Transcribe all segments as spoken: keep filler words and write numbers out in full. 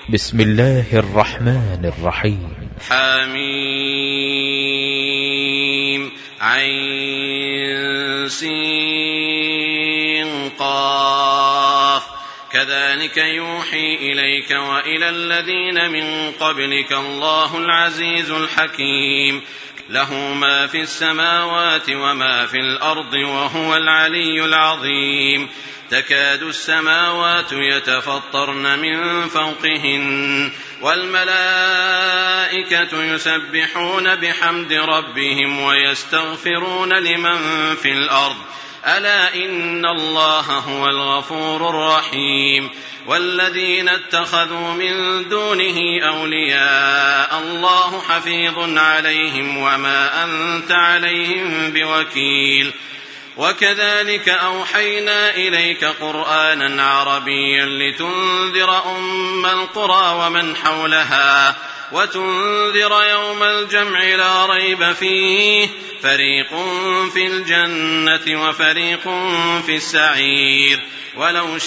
بسم الله الرحمن الرحيم. حميم عين سين قاف كذلك يوحي إليك وإلى الذين من قبلك الله العزيز الحكيم له ما في السماوات وما في الأرض وهو العلي العظيم. تكاد السماوات يتفطرن من فوقهن والملائكة يسبحون بحمد ربهم ويستغفرون لمن في الأرض ألا إن الله هو الغفور الرحيم. والذين اتخذوا من دونه أولياء الله حفيظ عليهم وما أنت عليهم بوكيل. وكذلك أوحينا إليك قرآنا عربيا لتنذر أم القرى ومن حولها وتنذر يوم الجمع لا ريب فيه فريق في الجنة وفريق في السعير. ولو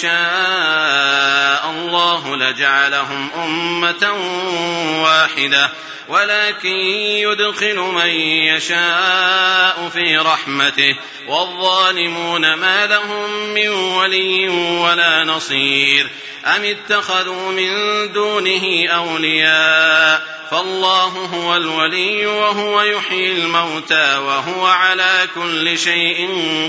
شاء الله لجعلهم أمة واحدة ولكن يدخل من يشاء في رحمته والظالمون ما لهم من ولي ولا نصير. أم اتخذوا من دونه أولياء فالله هو الولي وهو يحيي الموتى وهو على كل شيء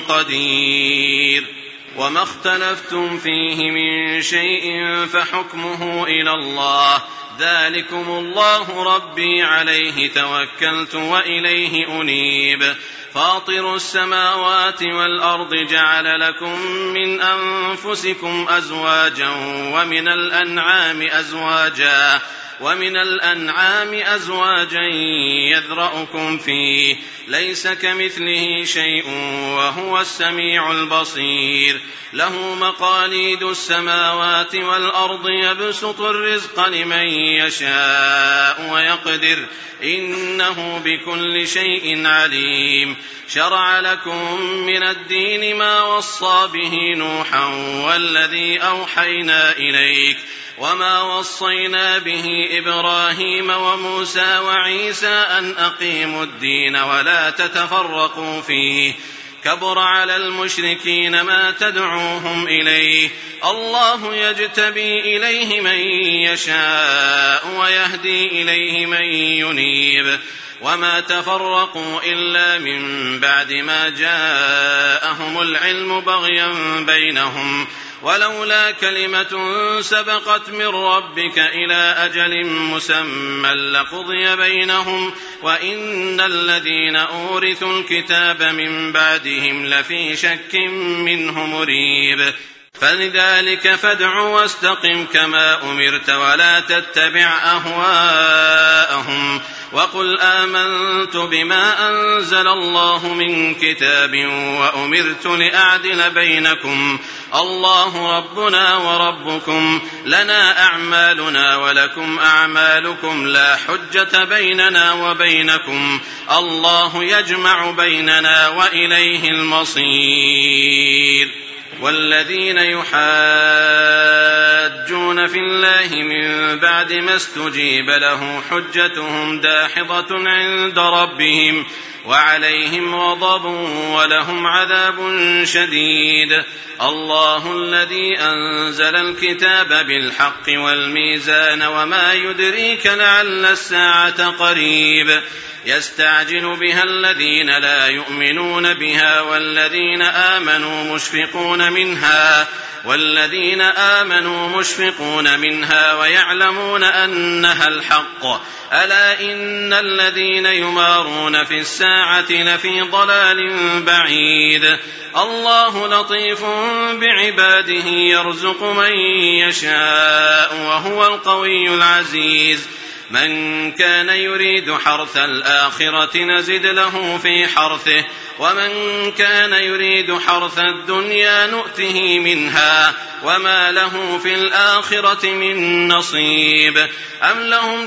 قدير. وما اختلفتم فيه من شيء فحكمه إلى الله ذلكم الله ربي عليه توكلت وإليه أنيب. فاطر السماوات والأرض جعل لكم من أنفسكم أزواجا ومن الأنعام أزواجا ومن الأنعام أزواجا يذرأكم فيه ليس كمثله شيء وهو السميع البصير. له مقاليد السماوات والأرض يبسط الرزق لمن يشاء ويقدر إنه بكل شيء عليم. شرع لكم من الدين ما وصى به نوحا والذي أوحينا إليك وما وصينا به إبراهيم وموسى وعيسى أن أقيموا الدين ولا تتفرقوا فيه كبر على المشركين ما تدعوهم إليه الله يجتبي إليه من يشاء ويهدي إليه من ينيب. وما تفرقوا إلا من بعد ما جاءهم العلم بغيا بينهم ولولا كلمة سبقت من ربك إلى أجل مسمى لقضي بينهم وإن الذين أورثوا الكتاب من بعدهم لفي شك منه مريب. فلذلك فادع واستقم كما أمرت ولا تتبع أهواءهم وقل آمنت بما أنزل الله من كتاب وأمرت لأعدل بينكم الله ربنا وربكم لنا أعمالنا ولكم أعمالكم لا حجة بيننا وبينكم الله يجمع بيننا وإليه المصير. والذين يحاجون في الله من بعد ما استجيب له حجتهم داحضة عند ربهم وعليهم غضب ولهم عذاب شديد. الله الذي أنزل الكتاب بالحق والميزان وما يدريك لعل الساعة قريب. يستعجل بها الذين لا يؤمنون بها والذين آمنوا مشفقون منها والذين آمنوا مشفقون منها ويعلمون أنها الحق ألا إن الذين يمارون في الساعة لفي ضلال بعيد. الله لطيف بعباده يرزق من يشاء وهو القوي العزيز. من كان يريد حرث الآخرة نزد له في حرثه ومن كان يريد حرث الدنيا نؤته منها وما له في الآخرة من نصيب أم لهم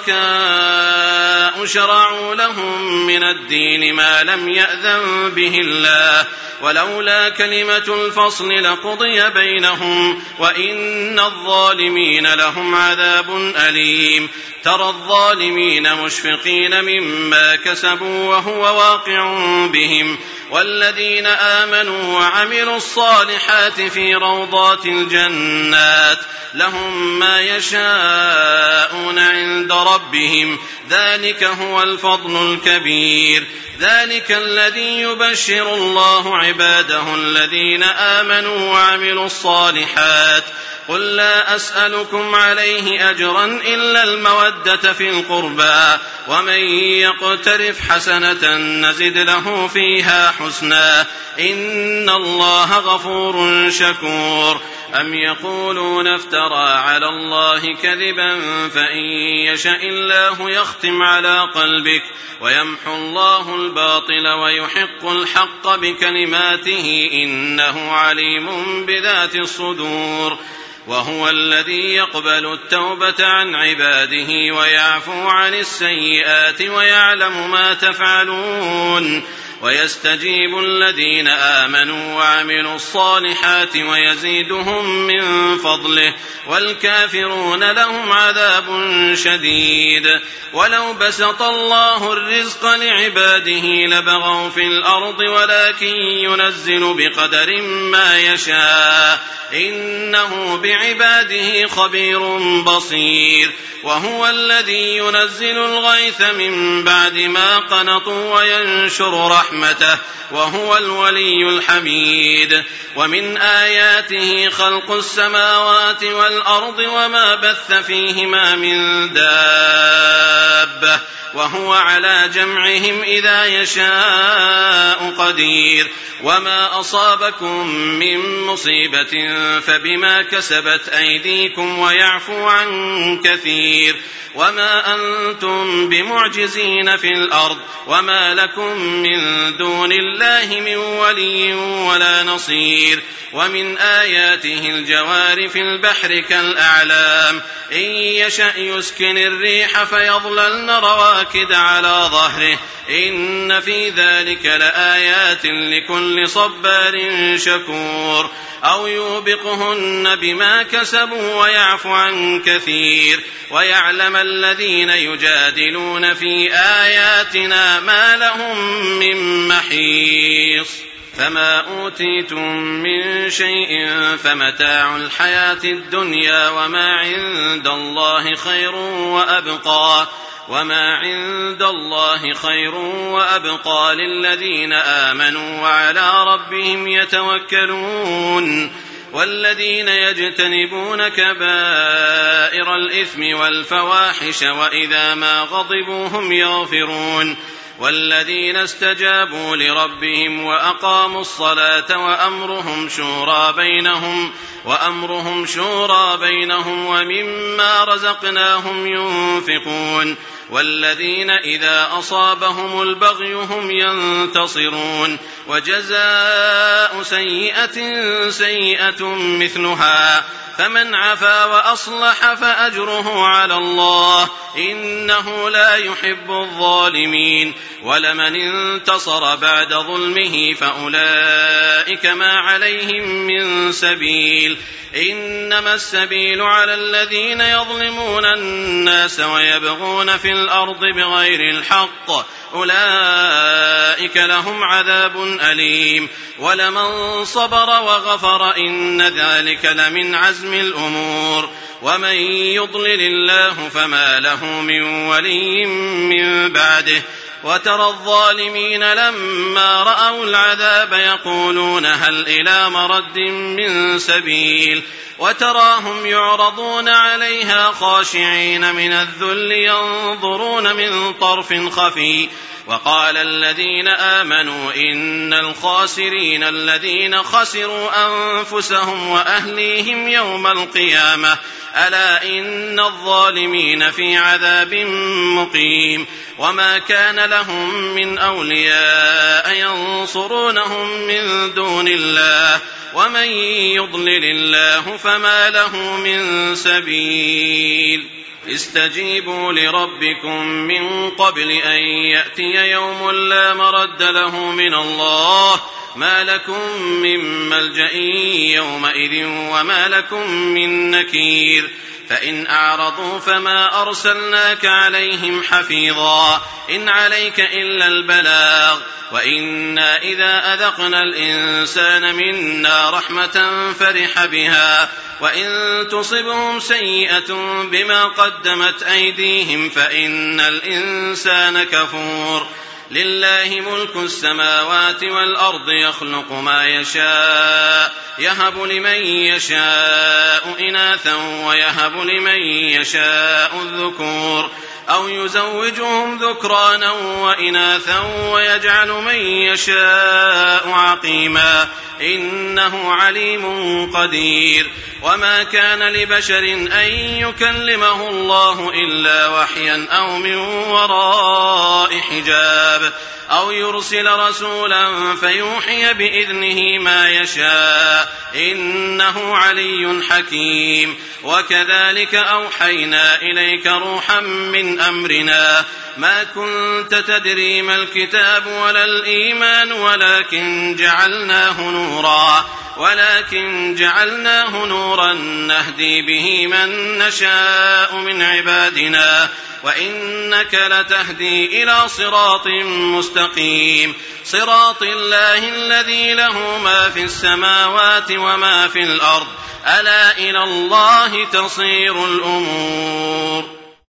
شركاء شرعوا لهم من الدين ما لم يأذن به الله ولولا كلمة الفصل لقضي بينهم وإن الظالمين لهم عذاب أليم ترى الظالمين مشفقين مما كسبوا وهو واقع بهم والذين آمنوا وعملوا الصالحات في روضات الجنات لهم ما يشاءون عند ربهم ذلك هو الفضل الكبير ذلك الذي يبشر الله عباده الذين آمنوا وعملوا الصالحات قل لا أسألكم عليه أجرا إلا المودة في القربى ومن يقترف حسنة نزد له فيها حسنا إن الله غفور شكور أم يقولون افترى على الله كذبا فإن يشاء الله يختم على قلبك ويمحو الله الباطل ويحق الحق بكلماته إنه عليم بذات الصدور وهو الذي يقبل التوبة عن عباده ويعفو عن السيئات ويعلم ما تفعلون ويستجيب الذين آمنوا وعملوا الصالحات ويزيدهم من فضله والكافرون لهم عذاب شديد ولو بسط الله الرزق لعباده لبغوا في الأرض ولكن ينزل بقدر ما يشاء إنه بعباده خبير بصير وهو الذي ينزل الغيث من بعد ما قنطوا وينشر رحمته وهو الولي الحميد ومن آياته خلق السماوات والأرض وما بث فيهما من دابة وهو على جمعهم إذا يشاء قدير وما أصابكم من مصيبة فبما كسبت أيديكم ويعفو عن كثير وما أنتم بمعجزين في الأرض وما لكم من دون الله من ولي ولا نصير ومن آياته الجوار في البحر كالأعلام إن يشأ يسكن الريح فيظللن رواكد على ظهره إن في ذلك لآيات لكل صبار شكور أو يوبقهن بما كسبوا ويعفو عن كثير ويعلم الذين يجادلون في آياتنا ما لهم من محيص فما أوتيتم من شيء فمتاع الحياة الدنيا وما عند الله خير وأبقى وما عند الله خير وأبقى للذين آمنوا وعلى ربهم يتوكلون والذين يجتنبون كبائر الإثم والفواحش وإذا ما غضبوا هم يغفرون والذين استجابوا لربهم وأقاموا الصلاة وأمرهم شورى بينهم وأمرهم شورى بينهم ومما رزقناهم ينفقون والذين إذا أصابهم البغي هم ينتصرون وجزاء سيئة سيئة مثلها فمن عفا وأصلح فأجره على الله إنه لا يحب الظالمين ولمن انتصر بعد ظلمه فأولئك ما عليهم من سبيل إنما السبيل على الذين يظلمون الناس ويبغون في الأرض بغير الحق أولئك لهم عذاب أليم ولمن صبر وغفر إن ذلك لمن عزم الأمور ومن يضلل الله فما له من ولي من بعده وترى الظالمين لما رأوا العذاب يقولون هل إلى مرد من سبيل وتراهم يعرضون عليها خاشعين من الذل ينظرون من طرف خفي وقال الذين آمنوا إن الخاسرين الذين خسروا أنفسهم وأهليهم يوم القيامة ألا إن الظالمين في عذاب مقيم وما كان لهم من أولياء ينصرونهم من دون الله ومن يضلل الله فما له من سبيل استجيبوا لربكم من قبل أن يأتي يوم لا مرد له من الله ما لكم من ملجأ يومئذ وما لكم من نكير فإن أعرضوا فما أرسلناك عليهم حفيظا إن عليك إلا البلاغ وإنا إذا أذقنا الإنسان منا رحمة فرح بها وإن تصبهم سيئة بما قدمت أيديهم فإن الإنسان كفور لله ملك السماوات والأرض يخلق ما يشاء يهب لمن يشاء إناثا ويهب لمن يشاء الذكور أو يزوجهم ذكرانا وإناثا ويجعل من يشاء عقيما إنه عليم قدير وما كان لبشر أن يكلمه الله إلا وحيا أو من وراء حجاب أو يرسل رسولا فيوحي بإذنه ما يشاء إنه علي حكيم وكذلك أوحينا إليك روحا من أمرنا ما كنت تدري ما الكتاب ولا الإيمان ولكن جعلناه نورا ولكن جعلناه نورا نهدي به من نشاء من عبادنا وإنك لتهدي إلى صراط مستقيم صراط الله الذي له ما في السماوات وما في الأرض ألا إلى الله تصير الأمور